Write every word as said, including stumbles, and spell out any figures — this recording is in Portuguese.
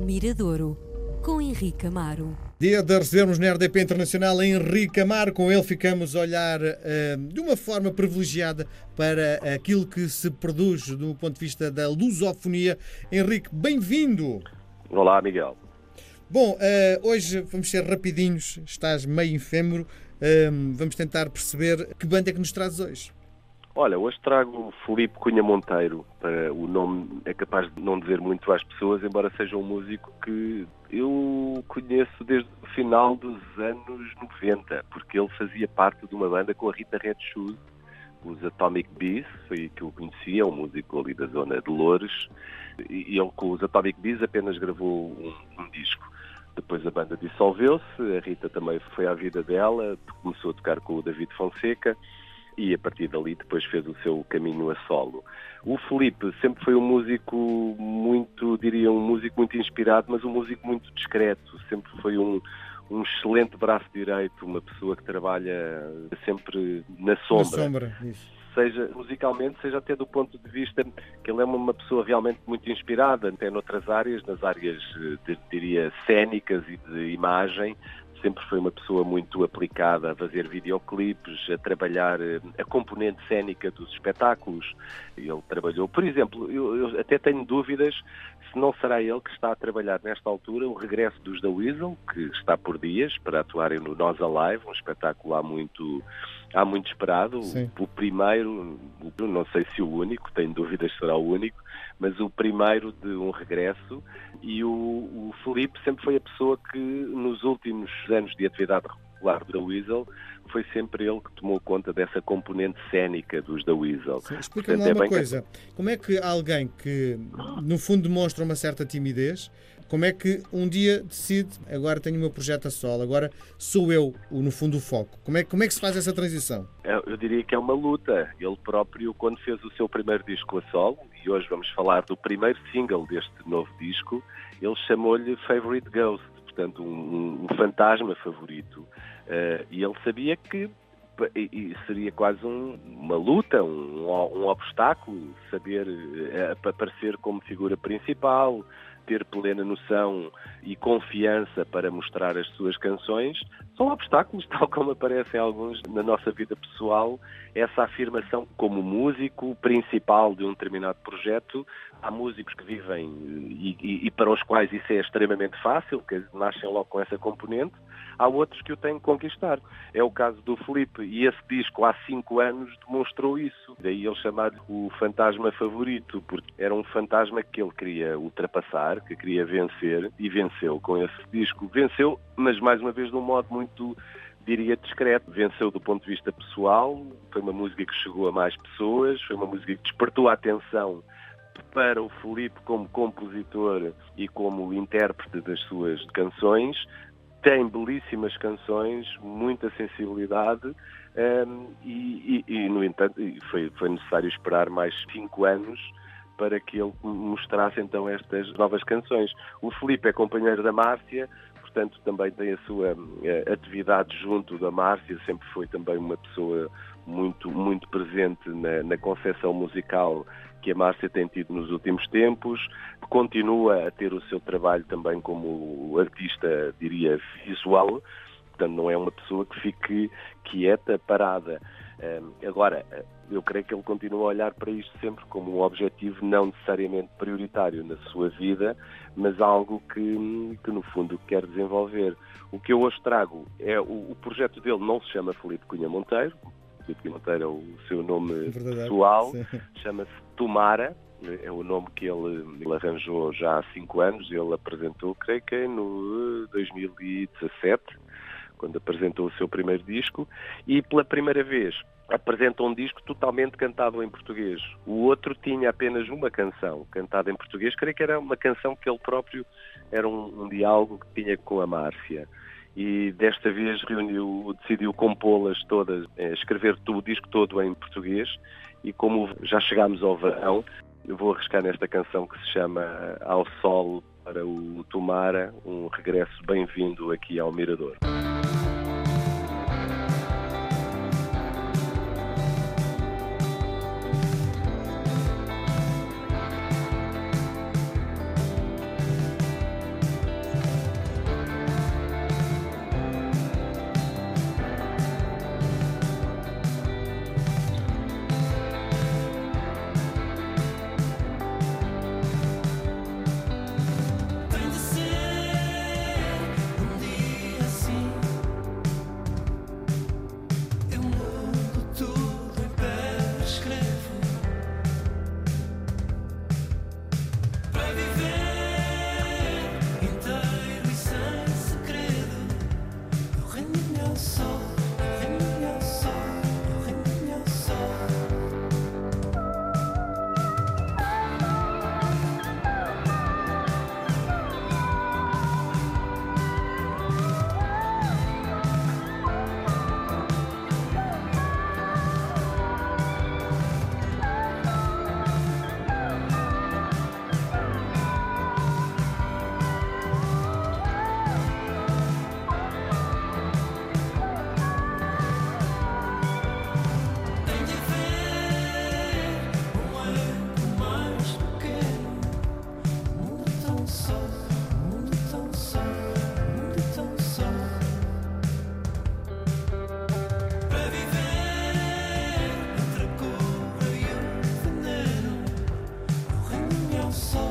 Miradouro, com Henrique Amaro. Dia de recebermos na R D P Internacional Henrique Amaro. Com ele ficamos a olhar uh, de uma forma privilegiada para aquilo que se produz do ponto de vista da lusofonia. Henrique, bem-vindo! Olá, Miguel. Bom, uh, hoje vamos ser rapidinhos, estás meio efêmero, uh, vamos tentar perceber que banda é que nos trazes hoje. Olha, hoje trago Filipe Cunha Monteiro. Para o nome é capaz de não dizer muito às pessoas, embora seja um músico que eu conheço desde o final dos anos noventa, porque ele fazia parte de uma banda com a Rita Red Shoes, os Atomic Bees, foi aí que eu conhecia, um músico ali da zona de Loures, e ele com os Atomic Bees apenas gravou um, um disco. Depois a banda dissolveu-se, a Rita também foi à vida dela, começou a tocar com o David Fonseca, e a partir dali depois fez o seu caminho a solo. O Filipe sempre foi um músico muito, diria, um músico muito inspirado, mas um músico muito discreto, sempre foi um, um excelente braço direito, uma pessoa que trabalha sempre na sombra. Na sombra, isso. Seja musicalmente, seja até do ponto de vista que ele é uma pessoa realmente muito inspirada, até noutras áreas, nas áreas, diria, cénicas e de imagem. Sempre foi uma pessoa muito aplicada a fazer videoclipes, a trabalhar a componente cénica dos espetáculos. Ele trabalhou, por exemplo, eu, eu até tenho dúvidas se não será ele que está a trabalhar nesta altura o regresso dos The Weasel, que está por dias para atuarem no Nós Alive, um espetáculo há muito, há muito esperado. O, o primeiro, não sei se o único, tenho dúvidas se será o único, mas o primeiro de um regresso. E o, o Filipe sempre foi a pessoa que nos últimos anos de atividade regular do The Weasel foi sempre ele que tomou conta dessa componente cénica dos The Weasel. Explica-me lá uma coisa, que... como é que alguém que no fundo demonstra uma certa timidez, como é que um dia decide, agora tenho o meu projeto a solo, agora sou eu, no fundo, o foco? Como é, como é que se faz essa transição? Eu, eu diria que é uma luta. Ele próprio, quando fez o seu primeiro disco a solo, e hoje vamos falar do primeiro single deste novo disco, ele chamou-lhe Favorite Ghost, portanto um, um fantasma favorito. Uh, e ele sabia que e, e seria quase um, uma luta, um, um obstáculo, saber uh, aparecer como figura principal, ter plena noção e confiança para mostrar as suas canções. São obstáculos, tal como aparecem alguns na nossa vida pessoal, essa afirmação como músico principal de um determinado projeto. Há músicos que vivem e, e, e para os quais isso é extremamente fácil, que nascem logo com essa componente. Há outros que o têm que conquistar. É o caso do Filipe, e esse disco há cinco anos demonstrou isso. Daí ele chamar-lhe o fantasma favorito, porque era um fantasma que ele queria ultrapassar, que queria vencer, e venceu com esse disco. Venceu, mas mais uma vez de um modo muito, diria, discreto. Venceu do ponto de vista pessoal, foi uma música que chegou a mais pessoas, foi uma música que despertou a atenção para o Filipe como compositor e como intérprete das suas canções. Tem belíssimas canções, muita sensibilidade um, e, e, e, no entanto, foi, foi necessário esperar mais cinco anos para que ele mostrasse então estas novas canções. O Filipe é companheiro da Márcia, portanto também tem a sua uh, atividade junto da Márcia, sempre foi também uma pessoa muito, muito presente na, na concepção musical que a Márcia tem tido nos últimos tempos, continua a ter o seu trabalho também como artista, diria, visual, portanto não é uma pessoa que fique quieta, parada. Agora, eu creio que ele continua a olhar para isto sempre como um objetivo não necessariamente prioritário na sua vida, mas algo que, que no fundo quer desenvolver. O que eu hoje trago é, o, o projeto dele não se chama Filipe Cunha Monteiro, Filipe Cunha Monteiro é o seu nome Verdadeiro, pessoal, sim. Chama-se Tomara, é o nome que ele, ele arranjou já há cinco anos, ele apresentou, creio que é no dois mil e dezassete, quando apresentou o seu primeiro disco, e pela primeira vez apresentou um disco totalmente cantado em português. O outro tinha apenas uma canção cantada em português, creio que era uma canção que ele próprio, era um, um diálogo que tinha com a Márcia. E desta vez reuniu, decidiu compô-las todas, escrever o disco todo em português, e como já chegámos ao verão, eu vou arriscar nesta canção que se chama Ao Sol para o Tomara, um regresso bem-vindo aqui ao Miradouro. sol.